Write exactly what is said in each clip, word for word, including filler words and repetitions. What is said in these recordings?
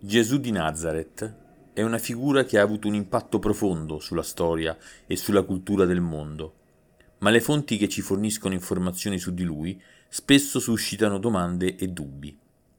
Gesù di Nazareth è una figura che ha avuto un impatto profondo sulla storia e sulla cultura del mondo, ma le fonti che ci forniscono informazioni su di lui spesso suscitano domande e dubbi.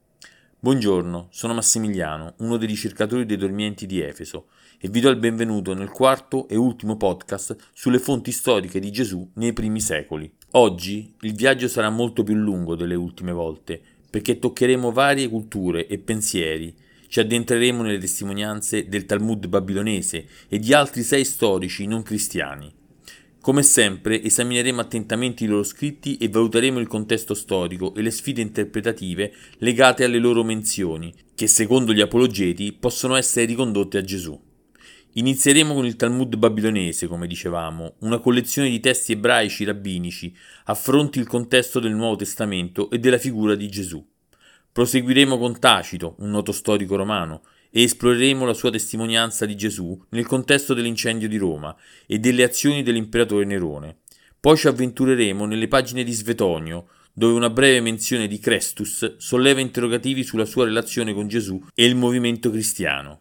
Buongiorno, sono Massimiliano, uno dei ricercatori dei dormienti di Efeso, e vi do il benvenuto nel quarto e ultimo podcast sulle fonti storiche di Gesù nei primi secoli. Oggi il viaggio sarà molto più lungo delle ultime volte, perché toccheremo varie culture e pensieri. Ci addentreremo nelle testimonianze del Talmud babilonese e di altri sei storici non cristiani. Come sempre esamineremo attentamente i loro scritti e valuteremo il contesto storico e le sfide interpretative legate alle loro menzioni, che secondo gli apologeti possono essere ricondotte a Gesù. Inizieremo con il Talmud babilonese, come dicevamo, una collezione di testi ebraici rabbinici affronti il contesto del Nuovo Testamento e della figura di Gesù. Proseguiremo con Tacito, un noto storico romano, e esploreremo la sua testimonianza di Gesù nel contesto dell'incendio di Roma e delle azioni dell'imperatore Nerone. Poi ci avventureremo nelle pagine di Svetonio, dove una breve menzione di Crestus solleva interrogativi sulla sua relazione con Gesù e il movimento cristiano.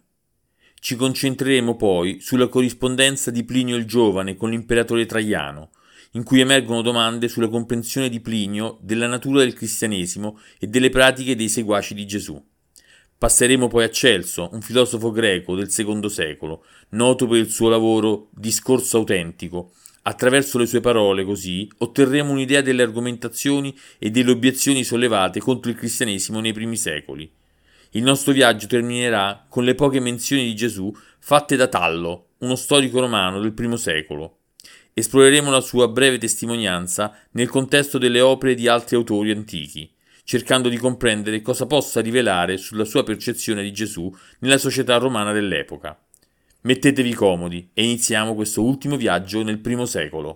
Ci concentreremo poi sulla corrispondenza di Plinio il Giovane con l'imperatore Traiano, in cui emergono domande sulla comprensione di Plinio della natura del cristianesimo e delle pratiche dei seguaci di Gesù. Passeremo poi a Celso, un filosofo greco del secondo secolo, noto per il suo lavoro Discorso autentico. Attraverso le sue parole, così, otterremo un'idea delle argomentazioni e delle obiezioni sollevate contro il cristianesimo nei primi secoli. Il nostro viaggio terminerà con le poche menzioni di Gesù fatte da Tallo, uno storico romano del primo secolo. Esploreremo la sua breve testimonianza nel contesto delle opere di altri autori antichi, cercando di comprendere cosa possa rivelare sulla sua percezione di Gesù nella società romana dell'epoca. Mettetevi comodi e iniziamo questo ultimo viaggio nel primo secolo.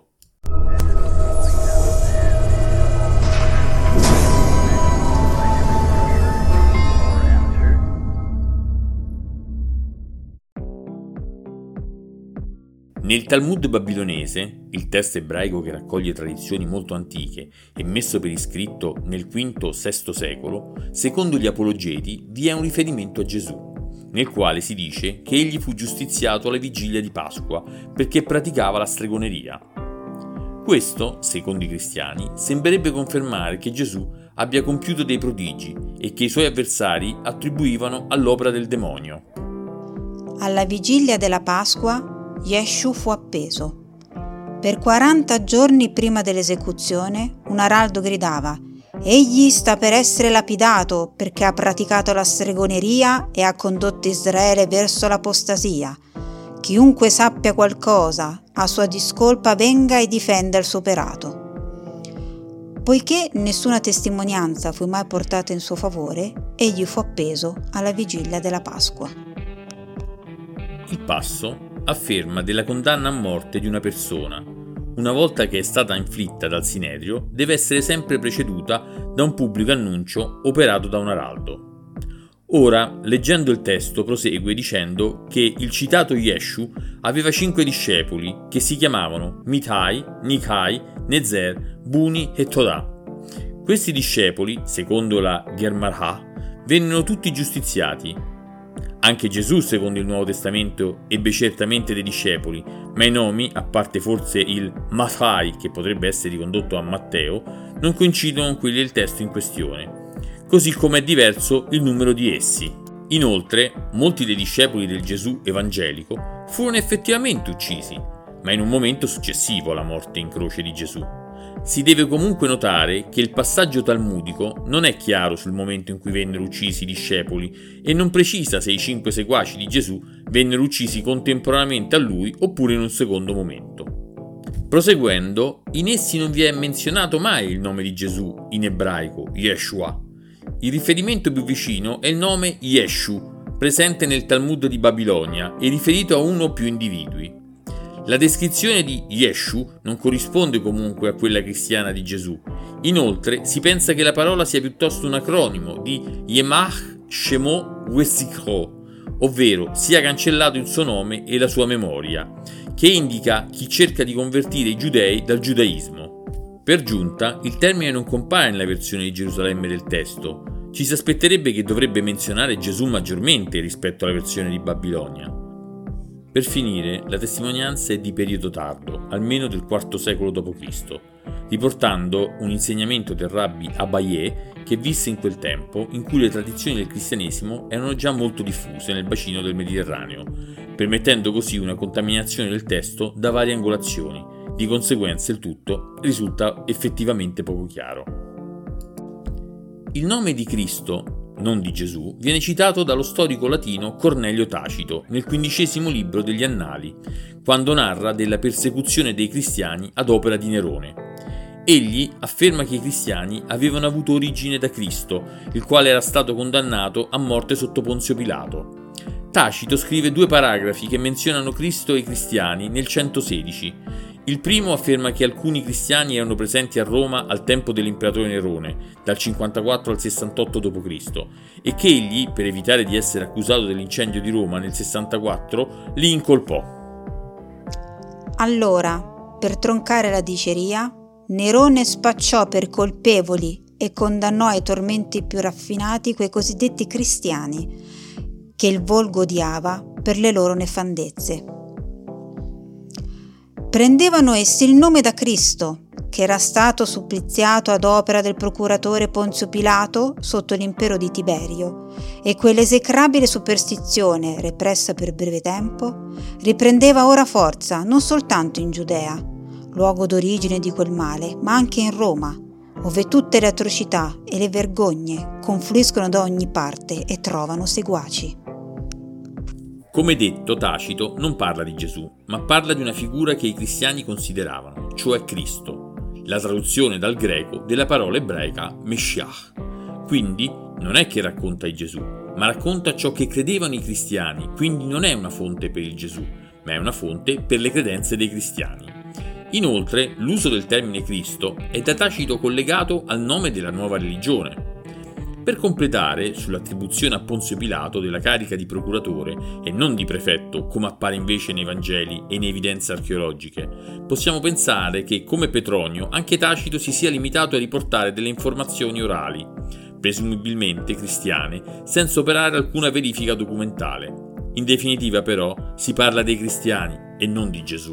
Nel Talmud babilonese, il testo ebraico che raccoglie tradizioni molto antiche e messo per iscritto nel quinto sesto secolo, secondo gli apologeti vi è un riferimento a Gesù, nel quale si dice che egli fu giustiziato alla vigilia di Pasqua perché praticava la stregoneria. Questo, secondo i cristiani, sembrerebbe confermare che Gesù abbia compiuto dei prodigi e che i suoi avversari attribuivano all'opera del demonio. Alla vigilia della Pasqua Yeshu fu appeso. Per quaranta giorni prima dell'esecuzione, un araldo gridava: «Egli sta per essere lapidato perché ha praticato la stregoneria e ha condotto Israele verso l'apostasia. Chiunque sappia qualcosa a sua discolpa venga e difenda il suo operato». Poiché nessuna testimonianza fu mai portata in suo favore, egli fu appeso alla vigilia della Pasqua. Il passo afferma della condanna a morte di una persona, una volta che è stata inflitta dal Sinedrio, deve essere sempre preceduta da un pubblico annuncio operato da un araldo. Ora, leggendo il testo, prosegue dicendo che il citato Yeshu aveva cinque discepoli che si chiamavano Mithai, Nikai, Nezer, Buni e Todah. Questi discepoli, secondo la Gemara, vennero tutti giustiziati. Anche Gesù, secondo il Nuovo Testamento, ebbe certamente dei discepoli, ma i nomi, a parte forse il Mathai, che potrebbe essere ricondotto a Matteo, non coincidono con quelli del testo in questione, così come è diverso il numero di essi. Inoltre, molti dei discepoli del Gesù evangelico furono effettivamente uccisi, ma in un momento successivo alla morte in croce di Gesù. Si deve comunque notare che il passaggio talmudico non è chiaro sul momento in cui vennero uccisi i discepoli e non precisa se i cinque seguaci di Gesù vennero uccisi contemporaneamente a lui oppure in un secondo momento. Proseguendo, in essi non vi è menzionato mai il nome di Gesù in ebraico, Yeshua. Il riferimento più vicino è il nome Yeshu, presente nel Talmud di Babilonia e riferito a uno o più individui. La descrizione di Yeshu non corrisponde comunque a quella cristiana di Gesù. Inoltre si pensa che la parola sia piuttosto un acronimo di Yemach Shemo Wesikro, ovvero sia cancellato il suo nome e la sua memoria, che indica chi cerca di convertire i giudei dal giudaismo. Per giunta, il termine non compare nella versione di Gerusalemme del testo, ci si aspetterebbe che dovrebbe menzionare Gesù maggiormente rispetto alla versione di Babilonia. Per finire, la testimonianza è di periodo tardo, almeno del quarto secolo dopo Cristo, riportando un insegnamento del rabbi Abaye che visse in quel tempo in cui le tradizioni del cristianesimo erano già molto diffuse nel bacino del Mediterraneo, permettendo così una contaminazione del testo da varie angolazioni. Di conseguenza il tutto risulta effettivamente poco chiaro. Il nome di Cristo, non di Gesù, viene citato dallo storico latino Cornelio Tacito nel quindicesimo libro degli Annali, quando narra della persecuzione dei cristiani ad opera di Nerone. Egli afferma che i cristiani avevano avuto origine da Cristo, il quale era stato condannato a morte sotto Ponzio Pilato. Tacito scrive due paragrafi che menzionano Cristo e i cristiani nel centosedici. Il primo afferma che alcuni cristiani erano presenti a Roma al tempo dell'imperatore Nerone, dal cinquantaquattro al sessantotto dopo Cristo, e che egli, per evitare di essere accusato dell'incendio di Roma nel sessantaquattro, li incolpò. Allora, per troncare la diceria, Nerone spacciò per colpevoli e condannò ai tormenti più raffinati quei cosiddetti cristiani, che il volgo odiava per le loro nefandezze. Prendevano essi il nome da Cristo, che era stato suppliziato ad opera del procuratore Ponzio Pilato sotto l'impero di Tiberio, e quell'esecrabile superstizione, repressa per breve tempo, riprendeva ora forza non soltanto in Giudea, luogo d'origine di quel male, ma anche in Roma, ove tutte le atrocità e le vergogne confluiscono da ogni parte e trovano seguaci. Come detto, Tacito non parla di Gesù, ma parla di una figura che i cristiani consideravano, cioè Cristo, la traduzione dal greco della parola ebraica Meshiach. Quindi non è che racconta di Gesù, ma racconta ciò che credevano i cristiani, quindi non è una fonte per il Gesù, ma è una fonte per le credenze dei cristiani. Inoltre, l'uso del termine Cristo è da Tacito collegato al nome della nuova religione. Per completare, sull'attribuzione a Ponzio Pilato della carica di procuratore e non di prefetto, come appare invece nei Vangeli e in evidenze archeologiche, possiamo pensare che, come Petronio, anche Tacito si sia limitato a riportare delle informazioni orali, presumibilmente cristiane, senza operare alcuna verifica documentale. In definitiva, però, si parla dei cristiani e non di Gesù.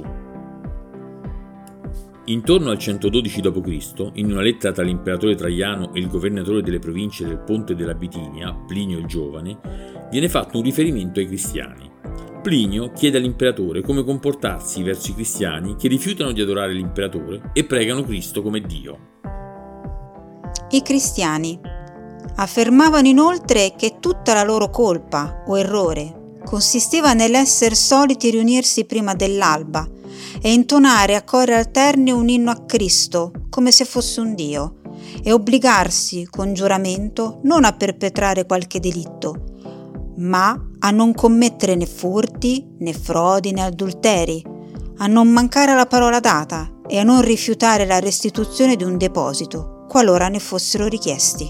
Intorno al centododici dopo Cristo, in una lettera tra l'imperatore Traiano e il governatore delle province del Ponte della Bitinia, Plinio il Giovane, viene fatto un riferimento ai cristiani. Plinio chiede all'imperatore come comportarsi verso i cristiani che rifiutano di adorare l'imperatore e pregano Cristo come Dio. I cristiani affermavano inoltre che tutta la loro colpa o errore consisteva nell'essere soliti riunirsi prima dell'alba e intonare a cori alterni un inno a Cristo come se fosse un Dio e obbligarsi con giuramento non a perpetrare qualche delitto, ma a non commettere né furti, né frodi, né adulteri, a non mancare alla parola data e a non rifiutare la restituzione di un deposito, qualora ne fossero richiesti.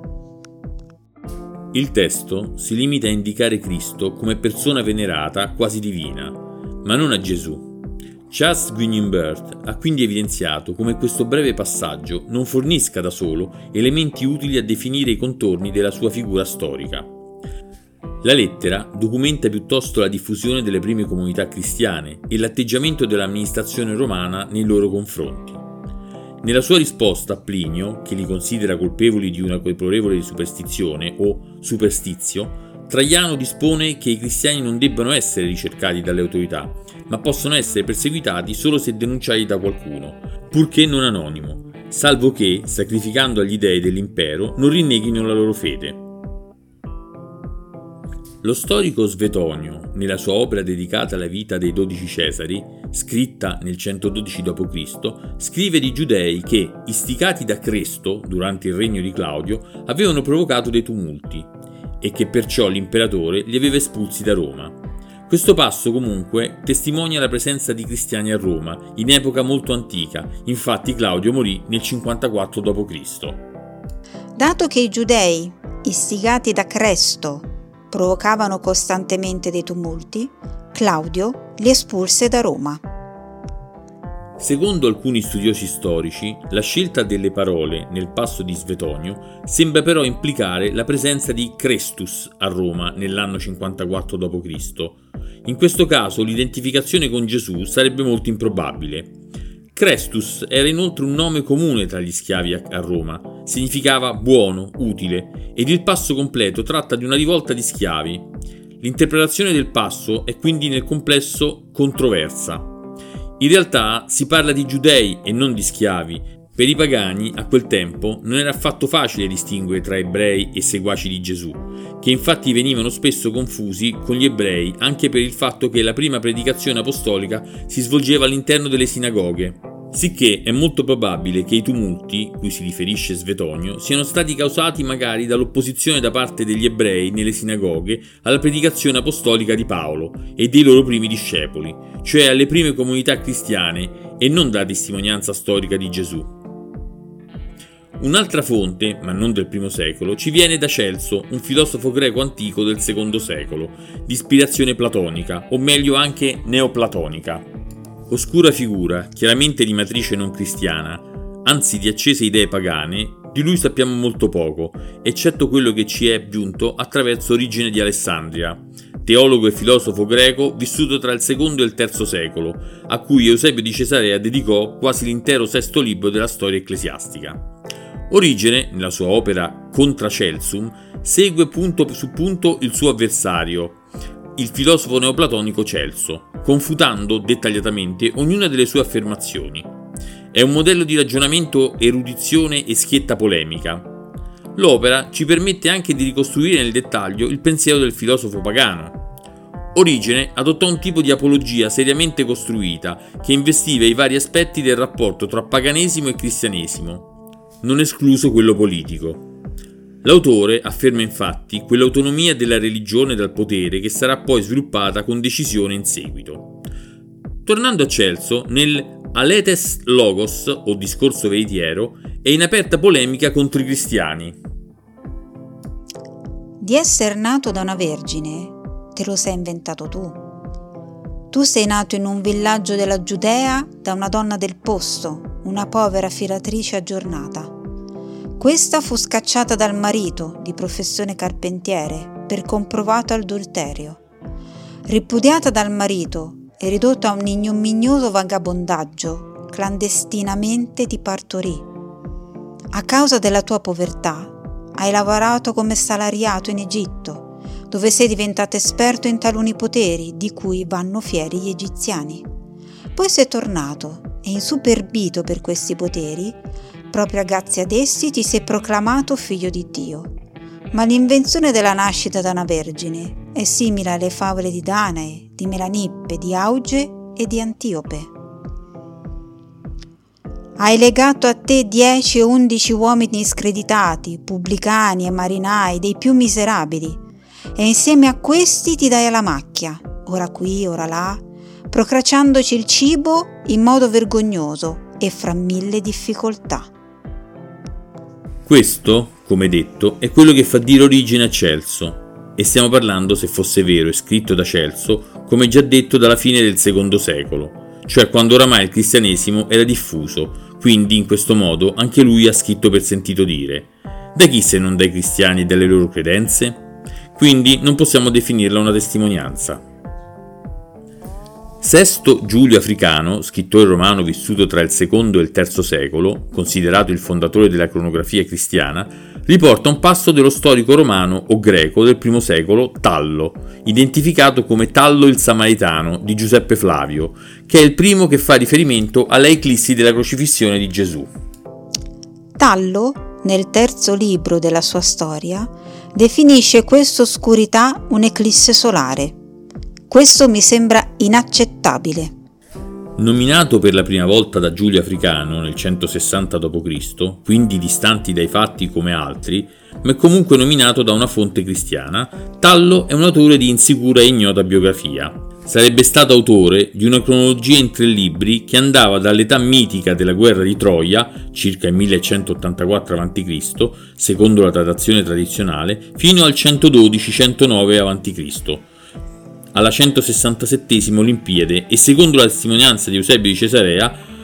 Il testo si limita a indicare Cristo come persona venerata, quasi divina, ma non a Gesù. Charles Guyenbert ha quindi evidenziato come questo breve passaggio non fornisca da solo elementi utili a definire i contorni della sua figura storica. La lettera documenta piuttosto la diffusione delle prime comunità cristiane e l'atteggiamento dell'amministrazione romana nei loro confronti. Nella sua risposta a Plinio, che li considera colpevoli di una colpevole superstizione o superstizio, Traiano dispone che i cristiani non debbano essere ricercati dalle autorità, ma possono essere perseguitati solo se denunciati da qualcuno, purché non anonimo, salvo che, sacrificando agli dei dell'impero, non rinneghino la loro fede. Lo storico Svetonio, nella sua opera dedicata alla vita dei dodici Cesari, scritta nel centododici dopo Cristo, scrive di giudei che, istigati da Cresto durante il regno di Claudio, avevano provocato dei tumulti e che perciò l'imperatore li aveva espulsi da Roma. Questo passo comunque testimonia la presenza di cristiani a Roma in epoca molto antica, infatti Claudio morì nel cinquantaquattro dopo Cristo. Dato che i giudei, istigati da Cresto, provocavano costantemente dei tumulti, Claudio li espulse da Roma. Secondo alcuni studiosi storici, la scelta delle parole nel passo di Svetonio sembra però implicare la presenza di Crestus a Roma nell'anno cinquantaquattro dopo Cristo. In questo caso l'identificazione con Gesù sarebbe molto improbabile. Crestus era inoltre un nome comune tra gli schiavi a Roma, significava buono, utile, ed il passo completo tratta di una rivolta di schiavi. L'interpretazione del passo è quindi nel complesso controversa. In realtà si parla di giudei e non di schiavi. Per i pagani, a quel tempo, non era affatto facile distinguere tra ebrei e seguaci di Gesù, che infatti venivano spesso confusi con gli ebrei anche per il fatto che la prima predicazione apostolica si svolgeva all'interno delle sinagoghe. Sicché è molto probabile che i tumulti, cui si riferisce Svetonio, siano stati causati magari dall'opposizione da parte degli ebrei nelle sinagoghe alla predicazione apostolica di Paolo e dei loro primi discepoli, cioè alle prime comunità cristiane, e non dalla testimonianza storica di Gesù. Un'altra fonte, ma non del primo secolo, ci viene da Celso, un filosofo greco antico del secondo secolo, di ispirazione platonica, o meglio anche neoplatonica. Oscura figura, chiaramente di matrice non cristiana, anzi di accese idee pagane, di lui sappiamo molto poco, eccetto quello che ci è giunto attraverso Origene di Alessandria, teologo e filosofo greco vissuto tra il secondo e il terzo secolo, a cui Eusebio di Cesarea dedicò quasi l'intero sesto libro della storia ecclesiastica. Origene, nella sua opera Contra Celsum, segue punto su punto il suo avversario, il filosofo neoplatonico Celso, confutando dettagliatamente ognuna delle sue affermazioni. È un modello di ragionamento, erudizione e schietta polemica. L'opera ci permette anche di ricostruire nel dettaglio il pensiero del filosofo pagano. Origene adottò un tipo di apologia seriamente costruita che investiva i vari aspetti del rapporto tra paganesimo e cristianesimo, non escluso quello politico. L'autore afferma infatti quell'autonomia della religione dal potere che sarà poi sviluppata con decisione in seguito. Tornando a Celso, nel Aletes Logos, o discorso veritiero, è in aperta polemica contro i cristiani. Di essere nato da una vergine, te lo sei inventato tu. Tu sei nato in un villaggio della Giudea da una donna del posto, una povera filatrice aggiornata. Questa fu scacciata dal marito, di professione carpentiere, per comprovato adulterio. Ripudiata dal marito e ridotta a un ignominioso vagabondaggio, clandestinamente ti partorì. A causa della tua povertà, hai lavorato come salariato in Egitto, dove sei diventato esperto in taluni poteri di cui vanno fieri gli egiziani. Poi sei tornato e, insuperbito per questi poteri, proprio grazie ad essi ti sei proclamato figlio di Dio. Ma l'invenzione della nascita da una vergine è simile alle favole di Danae, di Melanippe, di Auge e di Antiope. Hai legato a te dieci o undici uomini screditati, pubblicani e marinai, dei più miserabili, e insieme a questi ti dai alla macchia, ora qui, ora là, procacciandoci il cibo in modo vergognoso e fra mille difficoltà. Questo, come detto, è quello che fa dire Origene a Celso, e stiamo parlando, se fosse vero e scritto da Celso, come già detto dalla fine del secondo secolo, cioè quando oramai il cristianesimo era diffuso, quindi in questo modo anche lui ha scritto per sentito dire. Da chi se non dai cristiani e dalle loro credenze? Quindi non possiamo definirla una testimonianza. Sesto Giulio Africano, scrittore romano vissuto tra il secondo e il terzo secolo, considerato il fondatore della cronografia cristiana, riporta un passo dello storico romano o greco del primo secolo Tallo, identificato come Tallo il Samaritano di Giuseppe Flavio, che è il primo che fa riferimento alla eclissi della crocifissione di Gesù. Tallo, nel terzo libro della sua storia, definisce questa oscurità un'eclisse solare. Questo mi sembra inaccettabile. Nominato per la prima volta da Giulio Africano nel centosessanta dopo Cristo, quindi distanti dai fatti come altri, ma è comunque nominato da una fonte cristiana, Tallo è un autore di insicura e ignota biografia. Sarebbe stato autore di una cronologia in tre libri che andava dall'età mitica della guerra di Troia, circa il millecentottantaquattro avanti Cristo, secondo la datazione tradizionale, fino al centododici centonove avanti Cristo, alla centosessantasettesima Olimpiade, e secondo la testimonianza di Eusebio di Cesarea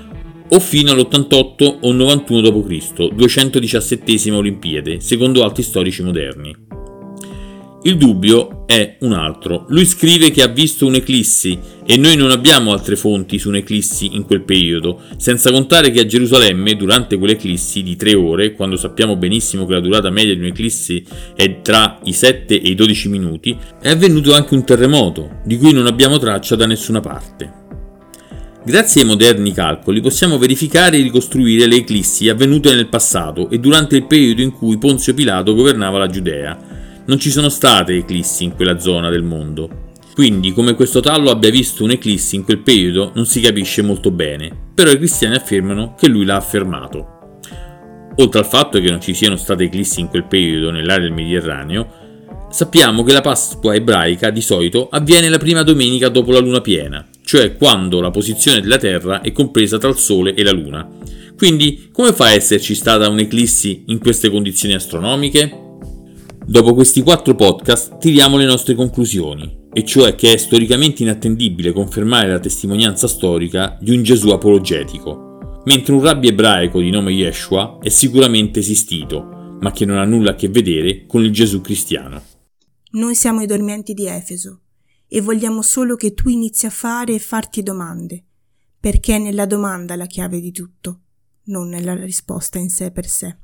o fino all'ottantotto o novantuno dopo Cristo, duecentodiciassettesima Olimpiade, secondo altri storici moderni. Il dubbio è un altro. Lui scrive che ha visto un'eclissi e noi non abbiamo altre fonti su un'eclissi in quel periodo, senza contare che a Gerusalemme, durante quell'eclissi di tre ore, quando sappiamo benissimo che la durata media di un'eclissi è tra i sette e i dodici minuti, è avvenuto anche un terremoto, di cui non abbiamo traccia da nessuna parte. Grazie ai moderni calcoli possiamo verificare e ricostruire le eclissi avvenute nel passato e durante il periodo in cui Ponzio Pilato governava la Giudea. Non ci sono state eclissi in quella zona del mondo. Quindi, come questo tallo abbia visto un'eclissi in quel periodo non si capisce molto bene, però i cristiani affermano che lui l'ha affermato. Oltre al fatto che non ci siano state eclissi in quel periodo nell'area del Mediterraneo, sappiamo che la Pasqua ebraica di solito avviene la prima domenica dopo la luna piena, cioè quando la posizione della Terra è compresa tra il Sole e la Luna. Quindi, come fa a esserci stata un'eclissi in queste condizioni astronomiche? Dopo questi quattro podcast tiriamo le nostre conclusioni, e cioè che è storicamente inattendibile confermare la testimonianza storica di un Gesù apologetico, mentre un rabbi ebraico di nome Yeshua è sicuramente esistito, ma che non ha nulla a che vedere con il Gesù cristiano. Noi siamo i dormienti di Efeso e vogliamo solo che tu inizi a fare e farti domande, perché è nella domanda la chiave di tutto, non nella risposta in sé per sé.